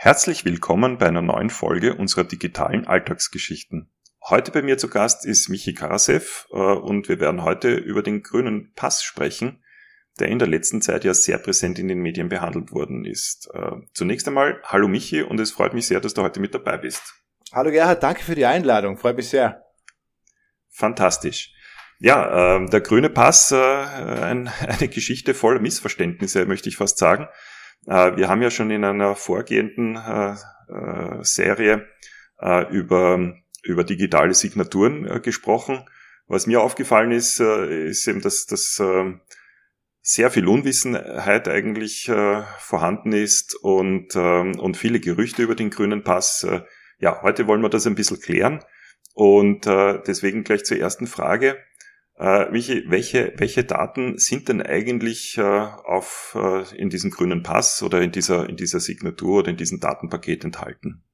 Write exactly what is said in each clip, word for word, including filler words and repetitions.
Herzlich willkommen bei einer neuen Folge unserer digitalen Alltagsgeschichten. Heute bei mir zu Gast ist Michi Karasev äh, und wir werden heute über den grünen Pass sprechen, der in der letzten Zeit ja sehr präsent in den Medien behandelt worden ist. Äh, zunächst einmal, hallo Michi, und es freut mich sehr, dass du heute mit dabei bist. Hallo Gerhard, danke für die Einladung, freut mich sehr. Fantastisch. Ja, äh, der grüne Pass, äh, ein, eine Geschichte voller Missverständnisse, möchte ich fast sagen. Äh, wir haben ja schon in einer vorgehenden äh, äh, Serie äh, über, über digitale Signaturen äh, gesprochen. Was mir aufgefallen ist, äh, ist eben, dass, dass äh, sehr viel Unwissenheit eigentlich äh, vorhanden ist und, äh, und viele Gerüchte über den grünen Pass. Äh, ja, heute wollen wir das ein bisschen klären und äh, deswegen gleich zur ersten Frage. Äh, Michi, welche, welche Daten sind denn eigentlich äh, auf, äh, in diesem grünen Pass oder in dieser, in dieser Signatur oder in diesem Datenpaket enthalten?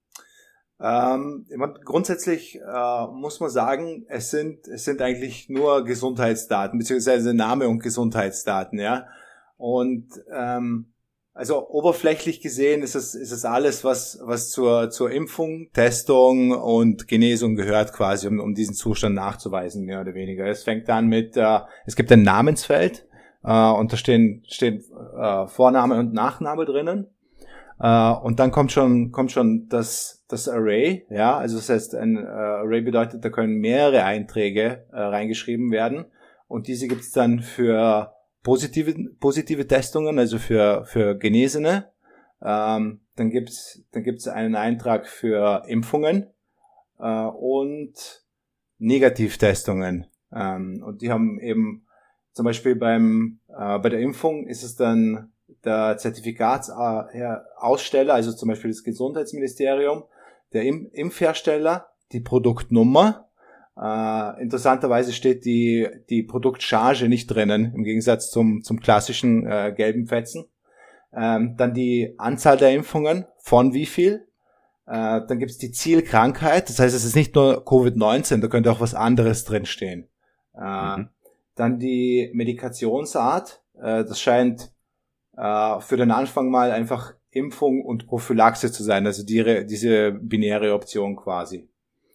Ähm, ich meine, grundsätzlich äh, muss man sagen, es sind, es sind eigentlich nur Gesundheitsdaten, beziehungsweise Name und Gesundheitsdaten, ja. Und ähm, also oberflächlich gesehen ist es, ist es alles, was, was zur, zur Impfung, Testung und Genesung gehört quasi, um, um diesen Zustand nachzuweisen, mehr oder weniger. Es fängt an mit, äh, es gibt ein Namensfeld, äh, und da stehen, stehen äh, Vorname und Nachname drinnen. Äh, und dann kommt schon, kommt schon das, das Array, ja, also das heißt, ein äh, Array bedeutet, da können mehrere Einträge äh, reingeschrieben werden. Und diese gibt's dann für positive positive Testungen, also für für Genesene. Ähm, dann gibt's dann gibt's einen Eintrag für Impfungen äh, und Negativtestungen. Ähm, und die haben eben zum Beispiel beim äh, bei der Impfung ist es dann der Zertifikatsaussteller, also zum Beispiel das Gesundheitsministerium, der Im- Impfhersteller, die Produktnummer. Äh, interessanterweise steht die die Produktcharge nicht drinnen, im Gegensatz zum zum klassischen äh, gelben Fetzen. Ähm, dann die Anzahl der Impfungen, von wie viel. Äh, dann gibt's die Zielkrankheit, das heißt, es ist nicht nur Covid neunzehn, da könnte auch was anderes drinstehen. Äh, Mhm. Dann die Medikationsart, äh, das scheint äh, für den Anfang mal einfach Impfung und Prophylaxe zu sein, also die, diese binäre Option quasi.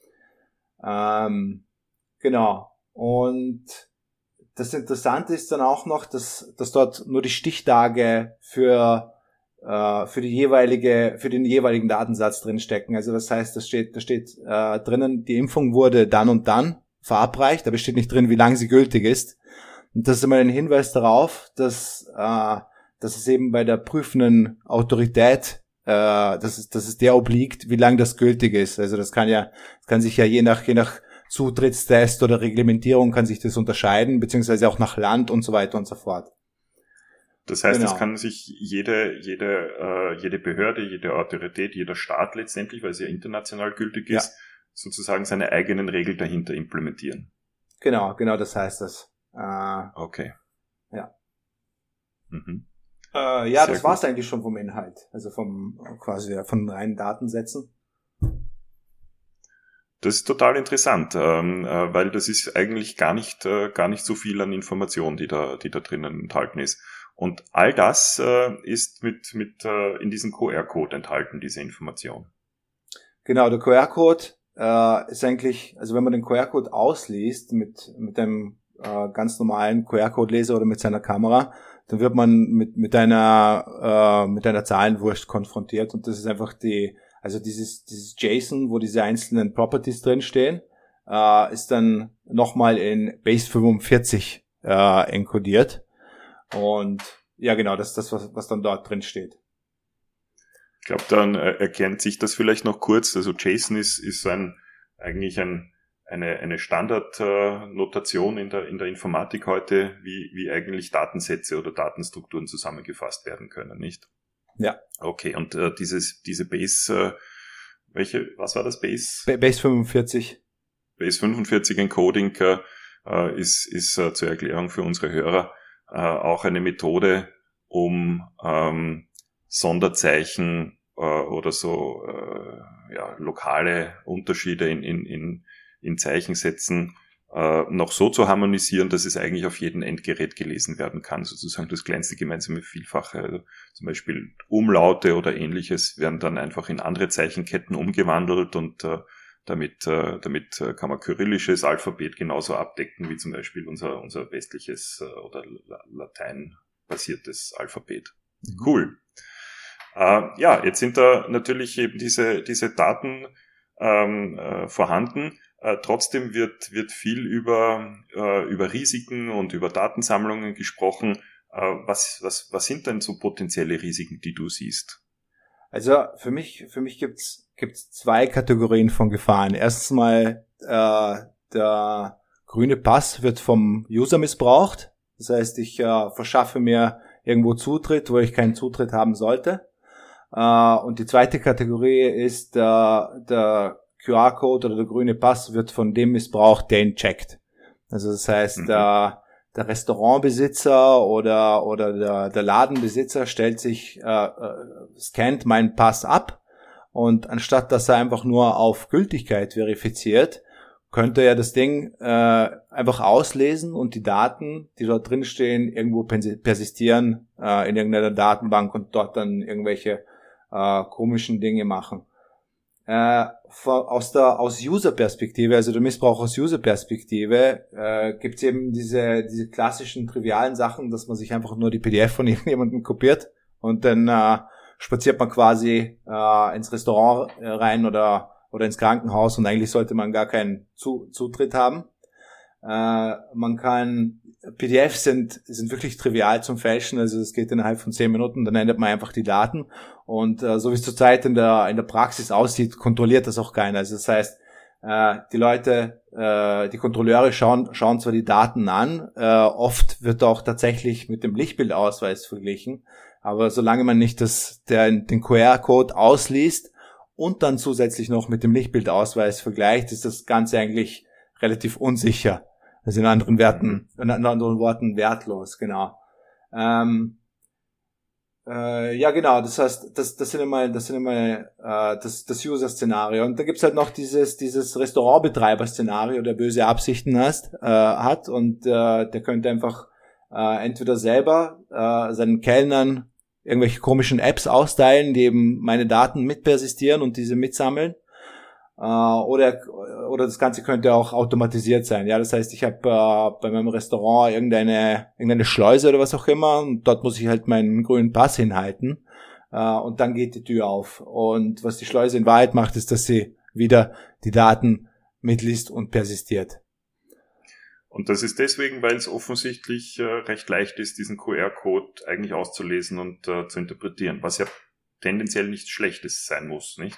Ähm, genau. Und das Interessante ist dann auch noch, dass, dass dort nur die Stichtage für, äh, für die jeweilige, für den jeweiligen Datensatz drinstecken. Also das heißt, da steht, da steht, äh, drinnen, die Impfung wurde dann und dann verabreicht, aber es steht nicht drin, wie lange sie gültig ist. Und das ist immer ein Hinweis darauf, dass, äh, dass es eben bei der prüfenden Autorität äh, dass es, dass es der obliegt, wie lange das gültig ist. Also das kann ja, das kann sich ja je nach, je nach Zutrittstest oder Reglementierung kann sich das unterscheiden, beziehungsweise auch nach Land und so weiter und so fort. Das heißt, Genau. es kann sich jede, jede, äh, jede Behörde, jede Autorität, jeder Staat letztendlich, weil es ja international gültig ist, ja, sozusagen seine eigenen Regeln dahinter implementieren. Genau, genau, das heißt das. Äh, okay. Ja. Mhm. Äh, ja, Sehr das war's eigentlich schon vom Inhalt, also vom quasi von reinen Datensätzen. Das ist total interessant, ähm, äh, weil das ist eigentlich gar nicht äh, gar nicht so viel an Informationen, die da die da drinnen enthalten ist. Und all das äh, ist mit mit äh, in diesem Q R-Code enthalten, diese Information. Genau, der Q R-Code äh, ist eigentlich, also wenn man den Q R-Code ausliest mit mit einem äh, ganz normalen Q R-Code-Leser oder mit seiner Kamera, dann wird man mit mit einer äh, mit einer Zahlenwurst konfrontiert, und das ist einfach die, also dieses dieses JSON, wo diese einzelnen Properties drinstehen, äh, ist dann nochmal in Base fünfundvierzig äh, encodiert, und ja, genau, das ist das, was, was dann dort drin steht. Ich glaube, dann äh, erkennt sich das vielleicht noch kurz. Also JSON ist ist so ein eigentlich ein eine eine Standardnotation äh, in der in der Informatik heute, wie wie eigentlich Datensätze oder Datenstrukturen zusammengefasst werden können, nicht? Ja. Okay, und äh, dieses diese Base, äh, welche, was war das Base? B- Base fünfundvierzig. Base fünfundvierzig Encoding äh, ist ist äh, zur Erklärung für unsere Hörer äh, auch eine Methode, um ähm, Sonderzeichen äh, oder so äh, ja, lokale Unterschiede in in in in Zeichensätzen äh, noch so zu harmonisieren, dass es eigentlich auf jedem Endgerät gelesen werden kann, sozusagen das kleinste gemeinsame Vielfache. Also zum Beispiel Umlaute oder ähnliches werden dann einfach in andere Zeichenketten umgewandelt und äh, damit, äh, damit äh, kann man kyrillisches Alphabet genauso abdecken wie zum Beispiel unser, unser westliches äh, oder Latein-basiertes Alphabet. Mhm. Cool. Äh, ja, jetzt sind da natürlich eben diese, diese Daten ähm, äh, vorhanden. Äh, trotzdem wird, wird viel über, äh, über Risiken und über Datensammlungen gesprochen. Äh, was, was, was sind denn so potenzielle Risiken, die du siehst? Also für mich, für mich gibt's gibt's zwei Kategorien von Gefahren. Erstens mal, äh, der grüne Pass wird vom User missbraucht. Das heißt, ich äh, verschaffe mir irgendwo Zutritt, wo ich keinen Zutritt haben sollte. Äh, und die zweite Kategorie ist, äh, der Q R-Code oder der grüne Pass wird von dem missbraucht, der ihn checkt. Also das heißt, mhm. der, der Restaurantbesitzer oder oder der, der Ladenbesitzer stellt sich, äh, scannt meinen Pass ab und anstatt, dass er einfach nur auf Gültigkeit verifiziert, könnte er das Ding äh, einfach auslesen und die Daten, die dort drin stehen, irgendwo persistieren äh, in irgendeiner Datenbank und dort dann irgendwelche äh, komischen Dinge machen. Äh, aus der aus User-Perspektive, also der Missbrauch aus User-Perspektive, äh, gibt's eben diese diese klassischen trivialen Sachen, dass man sich einfach nur die P D F von irgendjemandem kopiert und dann äh, spaziert man quasi äh, ins Restaurant äh, rein oder oder ins Krankenhaus und eigentlich sollte man gar keinen Zu- Zutritt haben. Äh, man kann P D Fs sind sind wirklich trivial zum Fälschen, also es geht innerhalb von zehn Minuten, dann ändert man einfach die Daten und äh, so wie es zurzeit in der in der Praxis aussieht, kontrolliert das auch keiner. Also das heißt, äh, die Leute, äh, die Kontrolleure schauen schauen zwar die Daten an, äh, oft wird auch tatsächlich mit dem Lichtbildausweis verglichen, aber solange man nicht das der den Q R-Code ausliest und dann zusätzlich noch mit dem Lichtbildausweis vergleicht, ist das Ganze eigentlich relativ unsicher. Also in anderen Werten, in anderen Worten wertlos, genau. Ähm, äh, ja, genau. Das heißt, das, das sind immer, das sind immer äh, das, das User-Szenario. Und da gibt's halt noch dieses, dieses Restaurantbetreiber-Szenario, der böse Absichten hast, äh, hat und äh, der könnte einfach äh, entweder selber äh, seinen Kellnern irgendwelche komischen Apps austeilen, die eben meine Daten mitpersistieren und diese mitsammeln. Uh, oder oder das Ganze könnte auch automatisiert sein. Ja, das heißt, ich habe uh, bei meinem Restaurant irgendeine irgendeine Schleuse oder was auch immer und dort muss ich halt meinen grünen Pass hinhalten uh, und dann geht die Tür auf. Und was die Schleuse in Wahrheit macht, ist, dass sie wieder die Daten mitliest und persistiert. Und das ist deswegen, weil es offensichtlich äh, recht leicht ist, diesen Q R-Code eigentlich auszulesen und äh, zu interpretieren, was ja tendenziell nichts Schlechtes sein muss, nicht?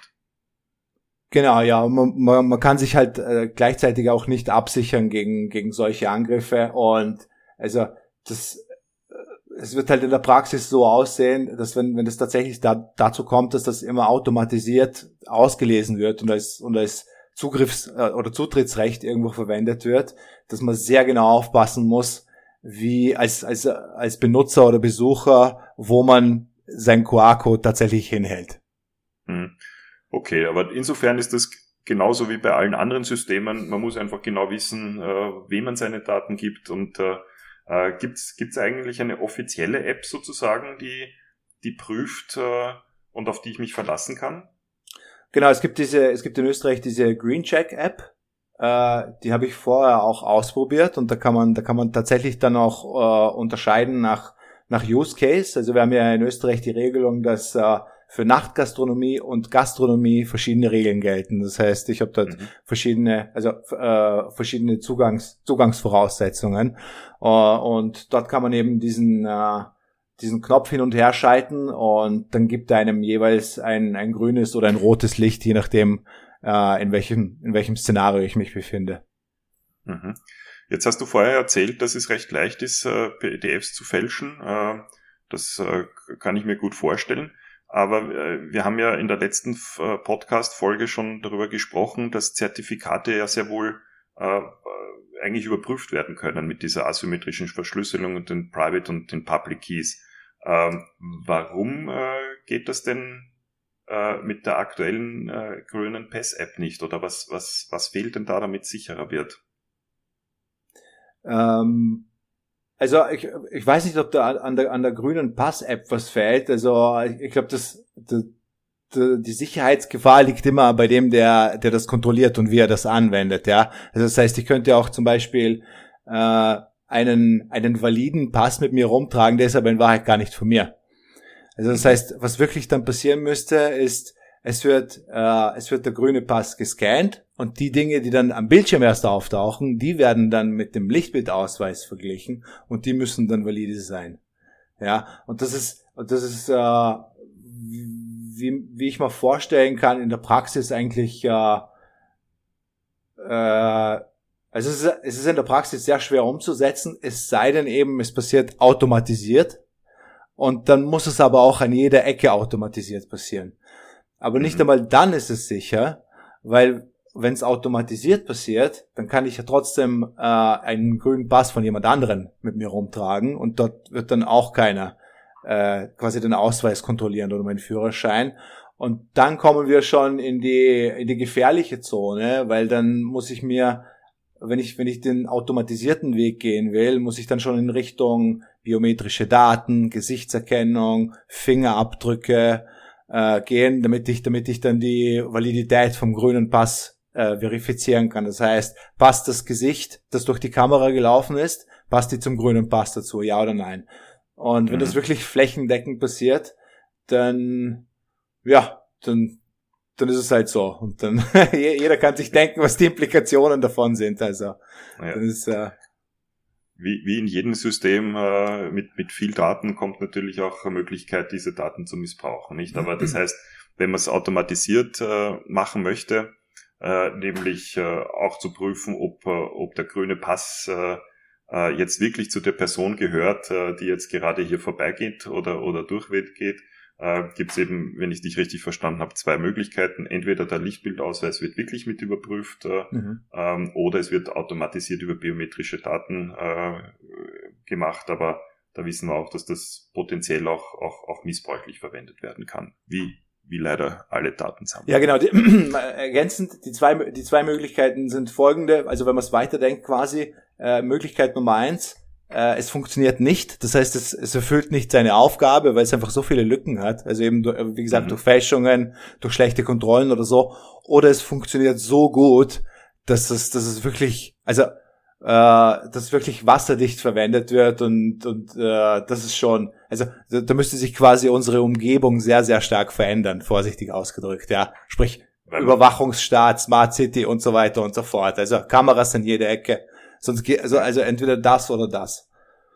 Genau, ja, man, man, man kann sich halt äh, gleichzeitig auch nicht absichern gegen gegen solche Angriffe und also das äh, es wird halt in der Praxis so aussehen, dass wenn wenn das tatsächlich da, dazu kommt, dass das immer automatisiert ausgelesen wird und als und als Zugriffs- äh, oder Zutrittsrecht irgendwo verwendet wird, dass man sehr genau aufpassen muss, wie als als als Benutzer oder Besucher, wo man seinen Q R-Code tatsächlich hinhält. Hm. Okay, aber insofern ist das genauso wie bei allen anderen Systemen. Man muss einfach genau wissen, äh, wem man seine Daten gibt. Und äh, gibt's gibt's eigentlich eine offizielle App sozusagen, die die prüft äh, und auf die ich mich verlassen kann? Genau, es gibt diese, es gibt in Österreich diese GreenCheck-App. Äh, die habe ich vorher auch ausprobiert und da kann man, da kann man tatsächlich dann auch äh, unterscheiden nach nach Use Case. Also wir haben ja in Österreich die Regelung, dass äh, für Nachtgastronomie und Gastronomie verschiedene Regeln gelten. Das heißt, ich habe dort mhm. verschiedene, also äh, verschiedene Zugangs, Zugangsvoraussetzungen äh, und dort kann man eben diesen äh, diesen Knopf hin und her schalten und dann gibt er einem jeweils ein ein grünes oder ein rotes Licht, je nachdem äh, in welchem in welchem Szenario ich mich befinde. Mhm. Jetzt hast du vorher erzählt, dass es recht leicht ist, äh, P D Fs zu fälschen. Äh, das äh, kann ich mir gut vorstellen. Aber äh, wir haben ja in der letzten äh, Podcast-Folge schon darüber gesprochen, dass Zertifikate ja sehr wohl äh, eigentlich überprüft werden können mit dieser asymmetrischen Verschlüsselung und den Private und den Public Keys. Ähm, warum äh, geht das denn äh, mit der aktuellen äh, grünen Pass-App nicht? Oder was, was, was fehlt denn da, damit sicherer wird? Ähm, also ich, ich weiß nicht, ob da an der, an der grünen Pass-App was fehlt. Also ich, ich glaube, das, das die Sicherheitsgefahr liegt immer bei dem, der der das kontrolliert und wie er das anwendet, ja. Also das heißt, ich könnte auch zum Beispiel äh, einen einen validen Pass mit mir rumtragen, der ist aber in Wahrheit gar nicht von mir. Also das heißt, was wirklich dann passieren müsste, ist, es wird äh, es wird der grüne Pass gescannt und die Dinge, die dann am Bildschirm erst auftauchen, die werden dann mit dem Lichtbildausweis verglichen und die müssen dann valide sein. Ja, und das ist und das ist äh, Wie, wie ich mir vorstellen kann, in der Praxis eigentlich, äh, äh, also es ist, es ist in der Praxis sehr schwer umzusetzen, es sei denn eben, es passiert automatisiert und dann muss es aber auch an jeder Ecke automatisiert passieren. Aber nicht einmal dann ist es sicher, weil wenn es automatisiert passiert, dann kann ich ja trotzdem äh, einen grünen Pass von jemand anderen mit mir rumtragen und dort wird dann auch keiner äh, quasi den Ausweis kontrollieren oder meinen Führerschein. Und dann kommen wir schon in die in die gefährliche Zone, weil dann muss ich mir, wenn ich wenn ich den automatisierten Weg gehen will, muss ich dann schon in Richtung biometrische Daten, Gesichtserkennung, Fingerabdrücke äh, gehen, damit ich damit ich dann die Validität vom grünen Pass äh, verifizieren kann. Das heißt, passt das Gesicht, das durch die Kamera gelaufen ist, passt die zum grünen Pass dazu, ja oder nein? Und wenn mhm. das wirklich flächendeckend passiert, dann, ja, dann, dann ist es halt so. Und dann, jeder kann sich denken, was die Implikationen davon sind. Also, ja. das ist, äh, wie, wie in jedem System, äh, mit, mit viel Daten kommt natürlich auch eine Möglichkeit, diese Daten zu missbrauchen, nicht? Aber das heißt, wenn man es automatisiert, äh, machen möchte, äh, nämlich, äh, auch zu prüfen, ob, äh, ob der grüne Pass, äh, jetzt wirklich zu der Person gehört, die jetzt gerade hier vorbeigeht oder oder durchgeht, äh, gibt es eben, wenn ich dich richtig verstanden habe, zwei Möglichkeiten. Entweder der Lichtbildausweis wird wirklich mit überprüft äh, mhm. ähm, oder es wird automatisiert über biometrische Daten äh, gemacht, aber da wissen wir auch, dass das potenziell auch auch auch missbräuchlich verwendet werden kann. Wie wie leider alle Datensammlungen. Ja, genau. Die, ergänzend, die zwei, die zwei Möglichkeiten sind folgende. Also wenn man es weiterdenkt, quasi äh, Möglichkeit Nummer eins, äh, es funktioniert nicht. Das heißt, es, es erfüllt nicht seine Aufgabe, weil es einfach so viele Lücken hat. Also eben, wie gesagt, mhm. durch Fälschungen, durch schlechte Kontrollen oder so. Oder es funktioniert so gut, dass es, dass es wirklich, also äh, dass wirklich wasserdicht verwendet wird und und äh, das ist schon, also da, da müsste sich quasi unsere Umgebung sehr, sehr stark verändern, vorsichtig ausgedrückt, ja, sprich Weil Überwachungsstaat, Smart City und so weiter und so fort, also Kameras an jeder Ecke, sonst geht, also also entweder das oder das.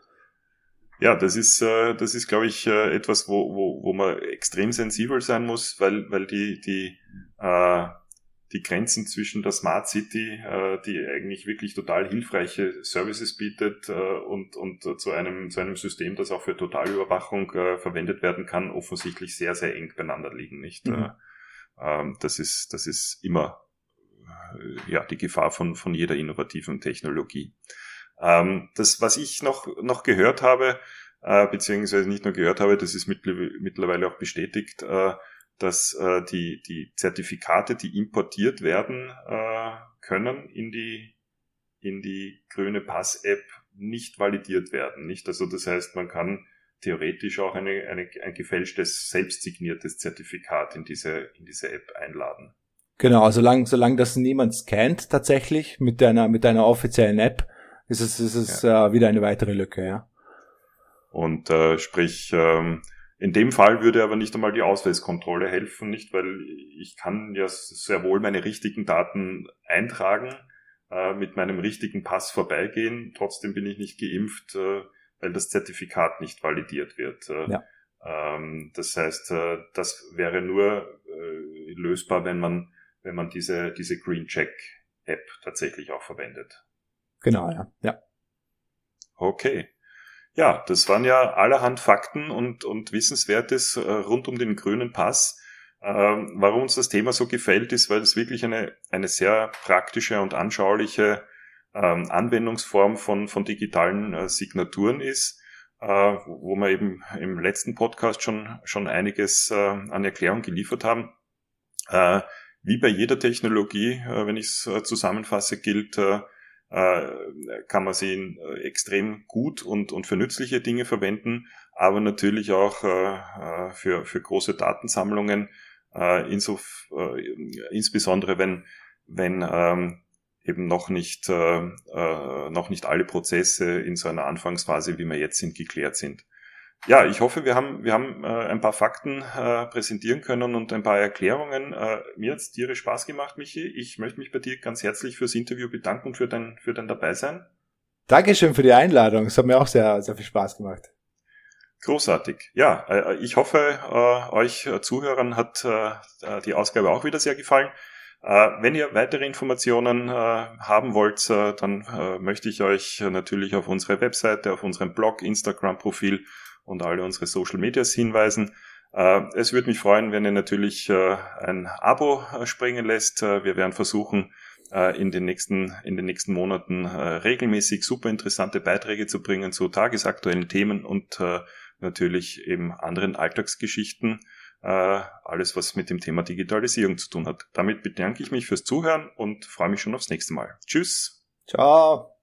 Ja, das ist äh, das ist, glaube ich, äh, etwas, wo wo wo man extrem sensibel sein muss, weil weil die die äh, die Grenzen zwischen der Smart City, äh, die eigentlich wirklich total hilfreiche Services bietet, äh, und und zu einem zu einem System, das auch für Totalüberwachung äh, verwendet werden kann, offensichtlich sehr sehr eng beieinander liegen, nicht? Mhm. Äh, äh, das ist das ist immer äh, ja die Gefahr von von jeder innovativen Technologie. Ähm, das, was ich noch noch gehört habe, äh, beziehungsweise nicht nur gehört habe, das ist mittlerweile auch bestätigt, äh, dass äh, die die Zertifikate, die importiert werden äh, können in die in die grüne Pass-App, nicht validiert werden, nicht? Also das heißt, man kann theoretisch auch eine, eine ein gefälschtes, selbstsigniertes Zertifikat in diese in diese App einladen. Genau, solange solange das niemand scannt tatsächlich mit deiner mit deiner offiziellen App, ist es ist es ja. äh, wieder eine weitere Lücke, ja. Und äh, sprich ähm, in dem Fall würde aber nicht einmal die Ausweiskontrolle helfen, nicht, weil ich kann ja sehr wohl meine richtigen Daten eintragen, äh, mit meinem richtigen Pass vorbeigehen, trotzdem bin ich nicht geimpft, äh, weil das Zertifikat nicht validiert wird. Äh, ja. ähm, das heißt, äh, das wäre nur äh, lösbar, wenn man wenn man diese diese Green Check App tatsächlich auch verwendet. Genau, ja. ja. Okay. Ja, das waren ja allerhand Fakten und, und Wissenswertes äh, rund um den grünen Pass. Ähm, warum uns das Thema so gefällt, ist, weil es wirklich eine, eine sehr praktische und anschauliche ähm, Anwendungsform von, von digitalen äh, Signaturen ist, äh, wo wir eben im letzten Podcast schon, schon einiges äh, an Erklärung geliefert haben. Äh, wie bei jeder Technologie, äh, wenn ich es äh, zusammenfasse, gilt, äh, äh, kann man sie in äh, extrem gut und, und für nützliche Dinge verwenden, aber natürlich auch äh, für, für große Datensammlungen, äh, insof, äh, insbesondere wenn, wenn ähm, eben noch nicht, äh, äh, noch nicht alle Prozesse in so einer Anfangsphase, wie wir jetzt sind, geklärt sind. Ja, ich hoffe, wir haben, wir haben äh, ein paar Fakten äh, präsentieren können und ein paar Erklärungen. Äh, mir hat's tierisch Spaß gemacht, Michi. Ich möchte mich bei dir ganz herzlich fürs Interview bedanken und für dein, für dein Dabeisein. Dankeschön für die Einladung. Es hat mir auch sehr, sehr viel Spaß gemacht. Großartig. Ja, äh, ich hoffe, äh, euch äh, Zuhörern hat äh, die Ausgabe auch wieder sehr gefallen. Äh, wenn ihr weitere Informationen äh, haben wollt, äh, dann äh, möchte ich euch natürlich auf unsere Webseite, auf unserem Blog, Instagram-Profil und alle unsere Social Medias hinweisen. Äh, es würde mich freuen, wenn ihr natürlich äh, ein Abo äh, springen lässt. Äh, wir werden versuchen, äh, in den nächsten in den nächsten Monaten äh, regelmäßig super interessante Beiträge zu bringen zu tagesaktuellen Themen und äh, natürlich eben anderen Alltagsgeschichten. Äh, alles, was mit dem Thema Digitalisierung zu tun hat. Damit bedanke ich mich fürs Zuhören und freue mich schon aufs nächste Mal. Tschüss. Ciao.